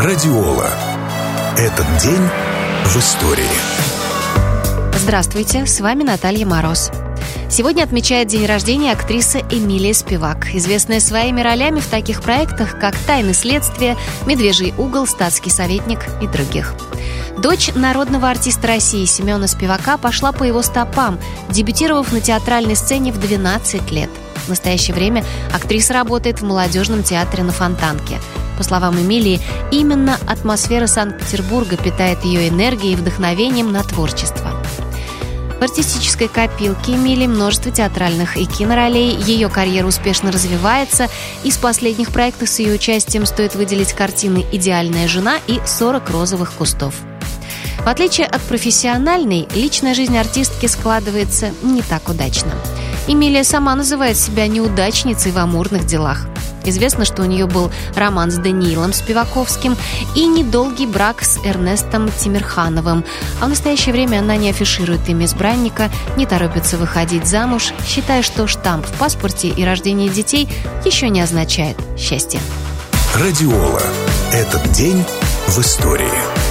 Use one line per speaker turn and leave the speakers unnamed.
Радиола. Этот день в истории.
Здравствуйте, с вами Наталья Мороз. Сегодня отмечает день рождения актриса Эмилия Спивак, известная своими ролями в таких проектах, как «Тайны следствия», «Медвежий угол», «Статский советник» и других. Дочь народного артиста России Семена Спивака пошла по его стопам, дебютировав на театральной сцене в 12 лет. В настоящее время актриса работает в молодежном театре на Фонтанке. По словам Эмилии, именно атмосфера Санкт-Петербурга питает ее энергией и вдохновением на творчество. В артистической копилке Эмилии множество театральных и киноролей, ее карьера успешно развивается. Из последних проектов с ее участием стоит выделить картины «Идеальная жена» и «40 розовых кустов». В отличие от профессиональной, личная жизнь артистки складывается не так удачно. Эмилия сама называет себя неудачницей в амурных делах. Известно, что у нее был роман с Даниилом Спиваковским и недолгий брак с Эрнестом Тимирхановым. А в настоящее время она не афиширует имя избранника, не торопится выходить замуж, считая, что штамп в паспорте и рождение детей еще не означает счастье.
Радиола. Этот день в истории.